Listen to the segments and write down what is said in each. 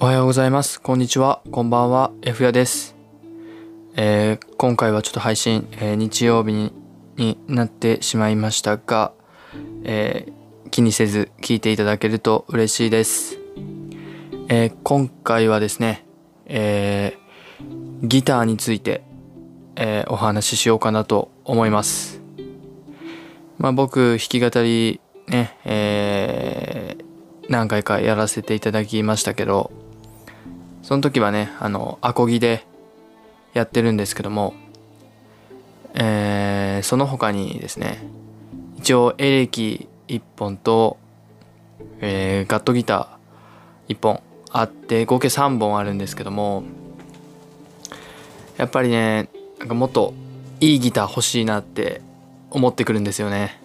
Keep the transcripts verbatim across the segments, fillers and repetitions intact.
おはようございます。こんにちは。こんばんは。F やです。えー、今回はちょっと配信、えー、日曜日に、になってしまいましたが、えー、気にせず聞いていただけると嬉しいです。えー、今回はですね、えー、ギターについて、えー、お話ししようかなと思います。まあ僕、弾き語りね、えー、何回かやらせていただきましたけど、その時はね、あの、アコギでやってるんですけども、えー、その他にですね、一応エレキいっぽんと、えー、ガットギターいっぽんあって、合計さんぼんあるんですけども、やっぱりね、なんかもっといいギター欲しいなって思ってくるんですよね。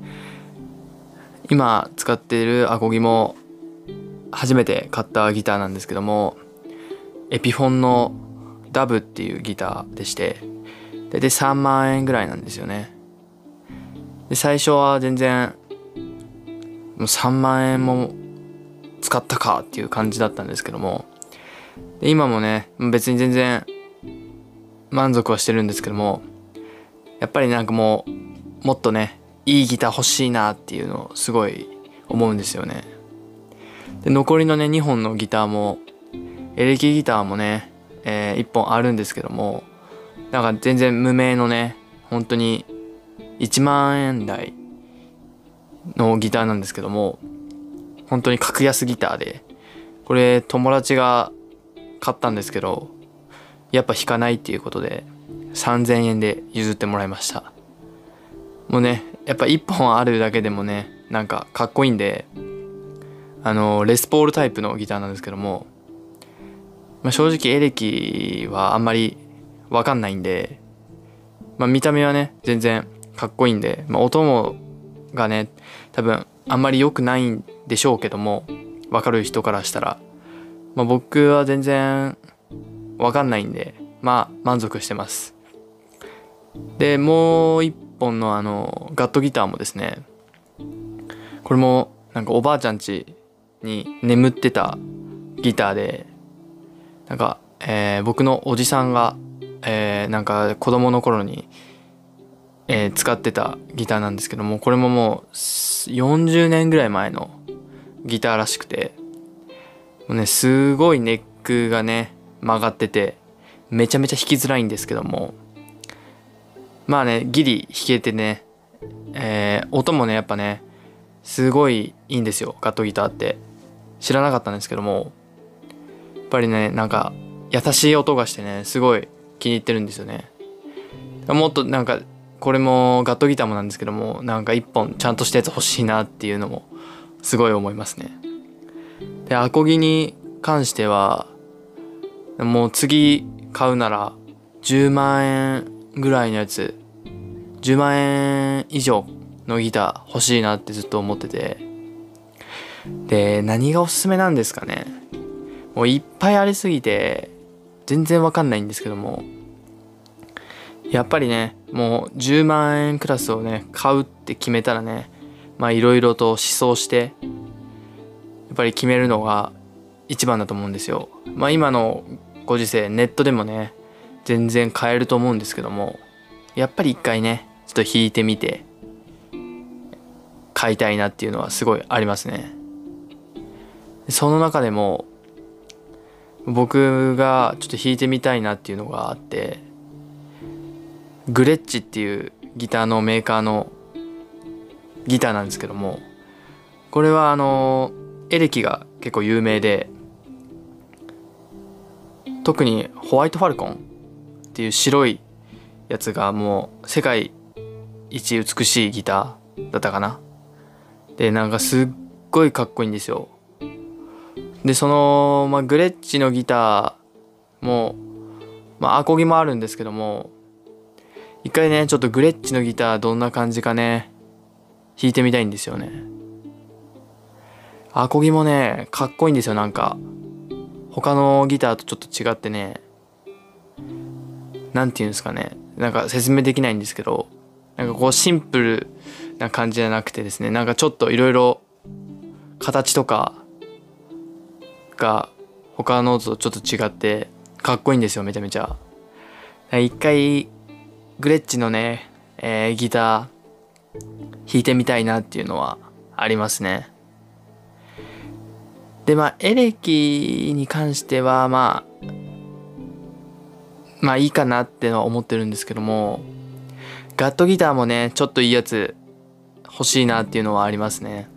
今使っているアコギも初めて買ったギターなんですけども、エピフォンのダブっていうギターでして、大体さんまんえんぐらいなんですよね。で最初は全然もうさんまんえんも使ったかっていう感じだったんですけども、で今もね別に全然満足はしてるんですけども、やっぱりなんかもうもっとねいいギター欲しいなっていうのをすごい思うんですよね。で残りのねにほんのギターもエレキギターもね、えー、いっぽんあるんですけども、なんか全然無名のね本当にいちまんえん台のギターなんですけども、本当に格安ギターで、これ友達が買ったんですけど、やっぱ弾かないっていうことでさんぜんえんで譲ってもらいました。もうねやっぱいっぽんあるだけでもねなんかかっこいいんで、あのレスポールタイプのギターなんですけども、まあ、正直エレキはあんまりわかんないんで、まあ、見た目はね全然かっこいいんで、まあ、音もがね多分あんまり良くないんでしょうけども、わかる人からしたら、まあ、僕は全然わかんないんでまあ満足してます。でもう一本のあのガットギターもですね、これもなんかおばあちゃん家に眠ってたギターで、なんか、えー、僕のおじさんが、えー、なんか子供の頃に、えー、使ってたギターなんですけども、これももうよんじゅうねんぐらい前のギターらしくて、もうねすごいネックがね曲がっててめちゃめちゃ弾きづらいんですけども、まあねギリ弾けてね、えー、音もねやっぱねすごいいいんですよ。ガットギターって知らなかったんですけども、やっぱりねなんか優しい音がしてねすごい気に入ってるんですよね。もっとなんかこれもガットギターもなんですけども、なんか一本ちゃんとしたやつ欲しいなっていうのもすごい思いますね。でアコギに関してはもう次買うならじゅうまんえんぐらいのやつ、じゅうまんえん以上のギター欲しいなってずっと思ってて、で何がおすすめなんですかね。もういっぱいありすぎて全然わかんないんですけども、やっぱりねもうじゅうまんえんクラスをね買うって決めたらね、まあいろいろと思想してやっぱり決めるのが一番だと思うんですよ。まあ今のご時世ネットでもね全然買えると思うんですけども、やっぱり一回ねちょっと弾いてみて買いたいなっていうのはすごいありますね。その中でも僕がちょっと弾いてみたいなっていうのがあって、グレッチっていうギターのメーカーのギターなんですけども、これはあのエレキが結構有名で、特にホワイトファルコンっていう白いやつがもう世界一美しいギターだったかな。でなんかすっごいかっこいいんですよ。でその、まあ、グレッチのギターも、まあ、アコギもあるんですけども、一回ねちょっとグレッチのギターどんな感じかね弾いてみたいんですよね。アコギもねかっこいいんですよ。なんか他のギターとちょっと違ってね、なんていうんですかね、なんか説明できないんですけど、なんかこうシンプルな感じじゃなくてですね、なんかちょっといろいろ形とかが他のとちょっと違ってかっこいいんですよ、めちゃめちゃ。一回グレッチのね、えー、ギター弾いてみたいなっていうのはありますね。でまあエレキに関してはまあまあいいかなってのは思ってるんですけども、ガットギターもねちょっといいやつ欲しいなっていうのはありますね。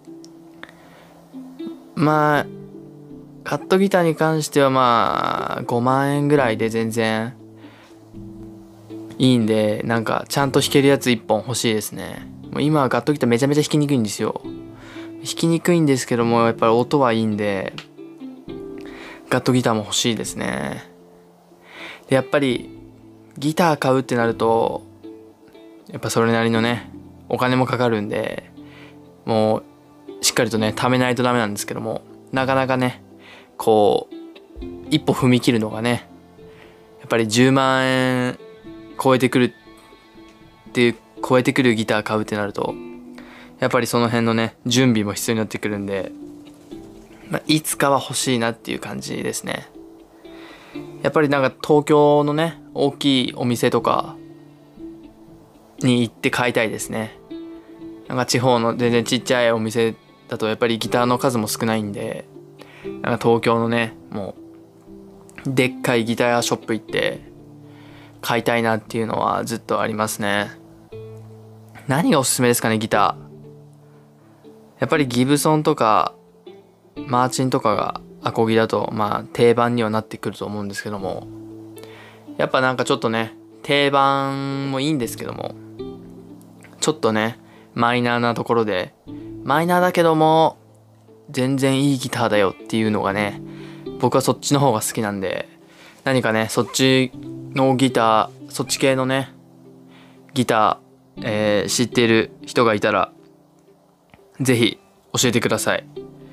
まあガットギターに関してはまあごまんえんぐらいで全然いいんで、なんかちゃんと弾けるやついっぽん欲しいですね。もう今はガットギターめちゃめちゃ弾きにくいんですよ。弾きにくいんですけども、やっぱり音はいいんでガットギターも欲しいですね。でやっぱりギター買うってなるとやっぱそれなりのねお金もかかるんで、もうしっかりとね貯めないとダメなんですけども、なかなかねこう一歩踏み切るのがねやっぱりじゅうまんえん超えてくるっていう超えてくるギター買うってなるとやっぱりその辺のね準備も必要になってくるんで、まあ、いつかは欲しいなっていう感じですね。やっぱりなんか東京のね大きいお店とかに行って買いたいですね。なんか地方の全然ちっちゃいお店だとやっぱりギターの数も少ないんで、なんか東京のねもうでっかいギターショップ行って買いたいなっていうのはずっとありますね。何がおすすめですかね、ギター。やっぱりギブソンとかマーチンとかがアコギだとまあ定番にはなってくると思うんですけども、やっぱなんかちょっとね定番もいいんですけども、ちょっとねマイナーなところでマイナーだけども全然いいギターだよっていうのがね、僕はそっちの方が好きなんで、何かねそっちのギターそっち系のねギター、えー、知っている人がいたらぜひ教えてください。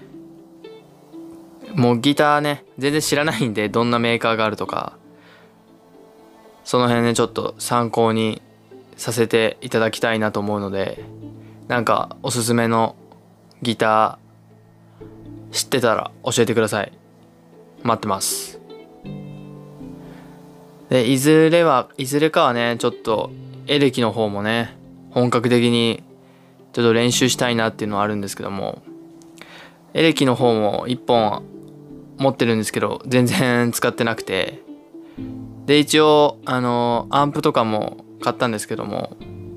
もうギターね全然知らないんで、どんなメーカーがあるとかその辺ねちょっと参考にさせていただきたいなと思うので、なんかおすすめのギター知ってたら教えてください。待ってます。でいずれはいずれかはねちょっとエレキの方もね本格的にちょっと練習したいなっていうのはあるんですけども、エレキの方もいっぽん持ってるんですけど全然使ってなくて、で一応あのアンプとかも買ったんですけども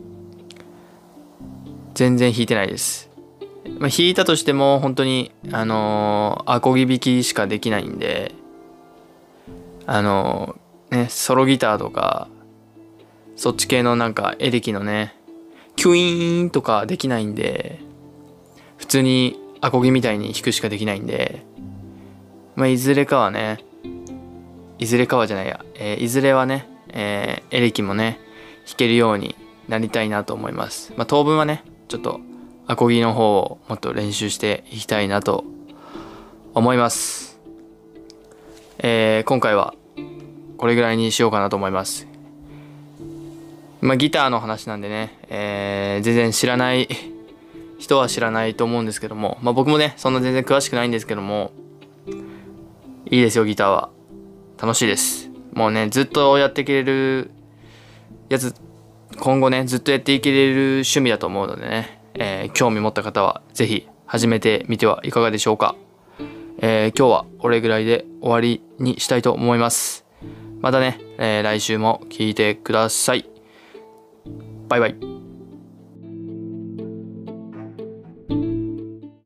全然弾いてないです。まあ、弾いたとしても本当にあのアコギ弾きしかできないんで、あのねソロギターとかそっち系のなんかエレキのねキュイーンとかできないんで、普通にアコギみたいに弾くしかできないんで、まあいずれかはねいずれかはじゃないや、えー、いずれはね、えー、エレキもね弾けるようになりたいなと思います。まあ当分はねちょっとアコギの方をもっと練習していきたいなと思います。えー、今回はこれぐらいにしようかなと思います。まあギターの話なんでね、えー、全然知らない人は知らないと思うんですけども、まあ僕もねそんな全然詳しくないんですけども、いいですよギターは。楽しいです。もうねずっとやっていけれるやつ、今後ねずっとやっていけれる趣味だと思うのでね、えー、興味持った方はぜひ始めてみてはいかがでしょうか。えー、今日はこれぐらいで終わりにしたいと思います。またね、えー、来週も聞いてください。バイバイ。